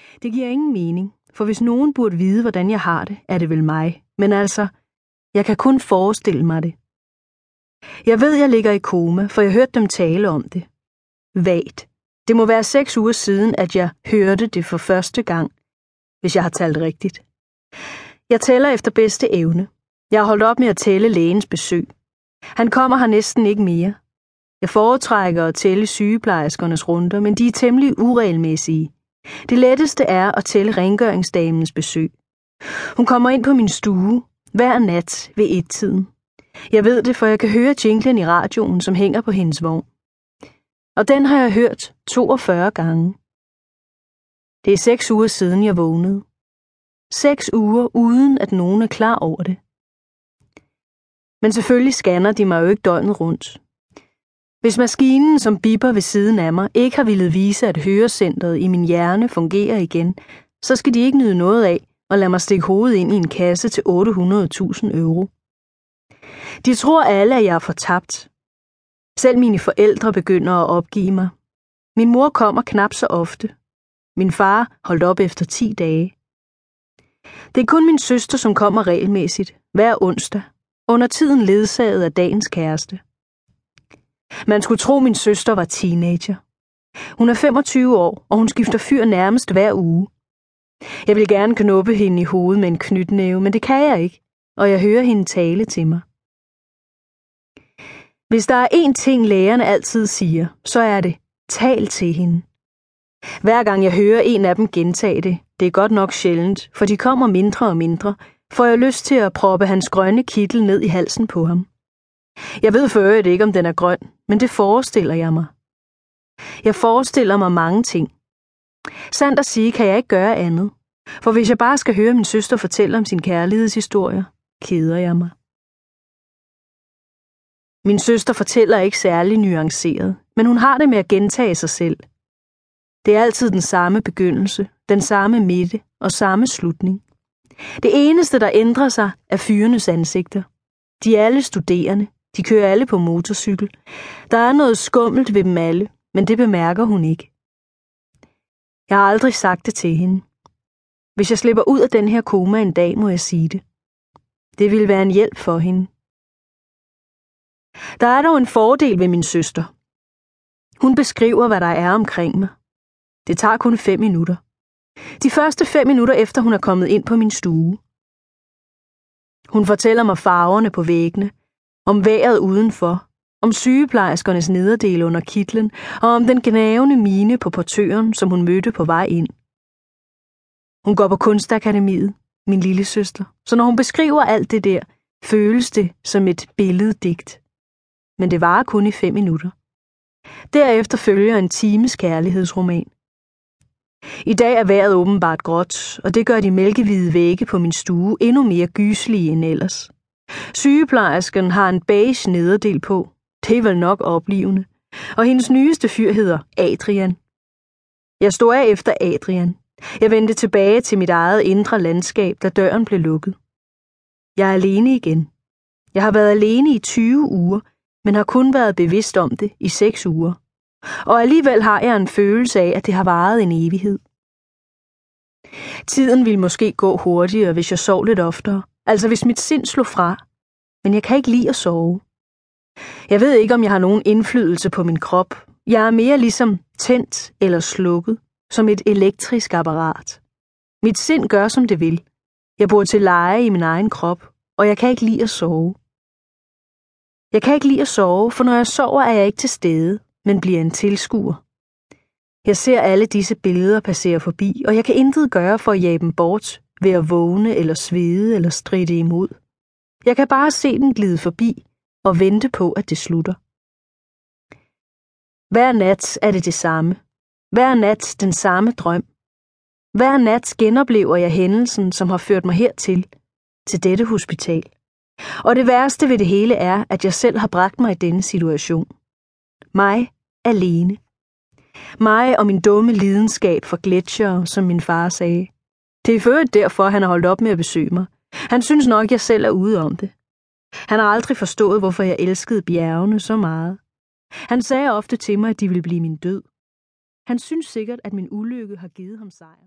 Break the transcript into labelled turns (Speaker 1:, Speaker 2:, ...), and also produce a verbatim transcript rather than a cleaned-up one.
Speaker 1: Det giver ingen mening, for hvis nogen burde vide, hvordan jeg har det, er det vel mig. Men altså, jeg kan kun forestille mig det. Jeg ved, jeg ligger i koma, for jeg hørte dem tale om det. Vagt. Det må være seks uger siden, at jeg hørte det for første gang, hvis jeg har talt rigtigt. Jeg tæller efter bedste evne. Jeg har holdt op med at tælle lægens besøg. Han kommer her næsten ikke mere. Jeg foretrækker at tælle sygeplejerskernes runder, men de er temmelig uregelmæssige. Det letteste er at tælle rengøringsdamens besøg. Hun kommer ind på min stue hver nat ved et-tiden. Jeg ved det, for jeg kan høre jinglen i radioen, som hænger på hendes vogn. Og den har jeg hørt toogfyrre gange. Det er seks uger siden, jeg vågnede. Seks uger, uden at nogen er klar over det. Men selvfølgelig scanner de mig jo ikke døgnet rundt. Hvis maskinen, som bipper ved siden af mig, ikke har villet vise, at hørecentret i min hjerne fungerer igen, så skal de ikke nyde noget af og lade mig stikke hovedet ind i en kasse til otte hundrede tusind euro. De tror alle, at jeg er fortabt. Selv mine forældre begynder at opgive mig. Min mor kommer knap så ofte. Min far holdt op efter ti dage. Det er kun min søster, som kommer regelmæssigt, hver onsdag, under tiden ledsaget af dagens kæreste. Man skulle tro, min søster var teenager. Hun er femogtyve år, og hun skifter fyr nærmest hver uge. Jeg vil gerne knuppe hende i hovedet med en knytnæve, men det kan jeg ikke, og jeg hører hende tale til mig. Hvis der er én ting, lægerne altid siger, så er det, tal til hende. Hver gang jeg hører en af dem gentage det, det er godt nok sjældent, for de kommer mindre og mindre, får jeg lyst til at proppe hans grønne kittel ned i halsen på ham. Jeg ved for øvrigt ikke, om den er grøn, men det forestiller jeg mig. Jeg forestiller mig mange ting. Sandt at sige kan jeg ikke gøre andet, for hvis jeg bare skal høre min søster fortælle om sin kærlighedshistorie, keder jeg mig. Min søster fortæller ikke særlig nuanceret, men hun har det med at gentage sig selv. Det er altid den samme begyndelse, den samme midte og samme slutning. Det eneste, der ændrer sig, er fyrenes ansigter. De er alle studerende. De kører alle på motorcykel. Der er noget skummelt ved dem alle, men det bemærker hun ikke. Jeg har aldrig sagt det til hende. Hvis jeg slipper ud af den her koma en dag, må jeg sige det. Det vil være en hjælp for hende. Der er dog en fordel ved min søster. Hun beskriver, hvad der er omkring mig. Det tager kun fem minutter. De første fem minutter efter, hun er kommet ind på min stue. Hun fortæller mig farverne på væggene, om vejret udenfor, om sygeplejerskernes nederdel under kitlen, og om den gnavende mine på portøren, som hun mødte på vej ind. Hun går på Kunstakademiet, min lille søster, så når hun beskriver alt det der, føles det som et billeddigt. Men det varer kun i fem minutter. Derefter følger en times kærlighedsroman. I dag er vejret åbenbart gråt, og det gør de mælkehvide vægge på min stue endnu mere gyselige end ellers. Sygeplejersken har en beige nederdel på. Det er vel nok oplivende. Og hendes nyeste fyr hedder Adrian. Jeg stod af efter Adrian. Jeg vendte tilbage til mit eget indre landskab, da døren blev lukket. Jeg er alene igen. Jeg har været alene i tyve uger, men har kun været bevidst om det i seks uger. Og alligevel har jeg en følelse af, at det har varet en evighed. Tiden ville måske gå hurtigere, hvis jeg sov lidt oftere. Altså hvis mit sind slog fra. Men jeg kan ikke lide at sove. Jeg ved ikke, om jeg har nogen indflydelse på min krop. Jeg er mere ligesom tændt eller slukket, som et elektrisk apparat. Mit sind gør, som det vil. Jeg bor til leje i min egen krop, og jeg kan ikke lide at sove. Jeg kan ikke lide at sove, for når jeg sover, er jeg ikke til stede, men bliver en tilskuer. Jeg ser alle disse billeder passere forbi, og jeg kan intet gøre for at jage dem bort, ved at vågne eller svede eller stritte imod. Jeg kan bare se dem glide forbi og vente på, at det slutter. Hver nat er det det samme. Hver nat den samme drøm. Hver nat genoplever jeg hændelsen, som har ført mig hertil, til dette hospital. Og det værste ved det hele er, at jeg selv har bragt mig i denne situation. Mig alene. Mig og min dumme lidenskab for gletsjere, som min far sagde. Det er for øvrigt derfor, han har holdt op med at besøge mig. Han synes nok, jeg selv er ude om det. Han har aldrig forstået, hvorfor jeg elskede bjergene så meget. Han sagde ofte til mig, at de ville blive min død. Han synes sikkert, at min ulykke har givet ham sejr.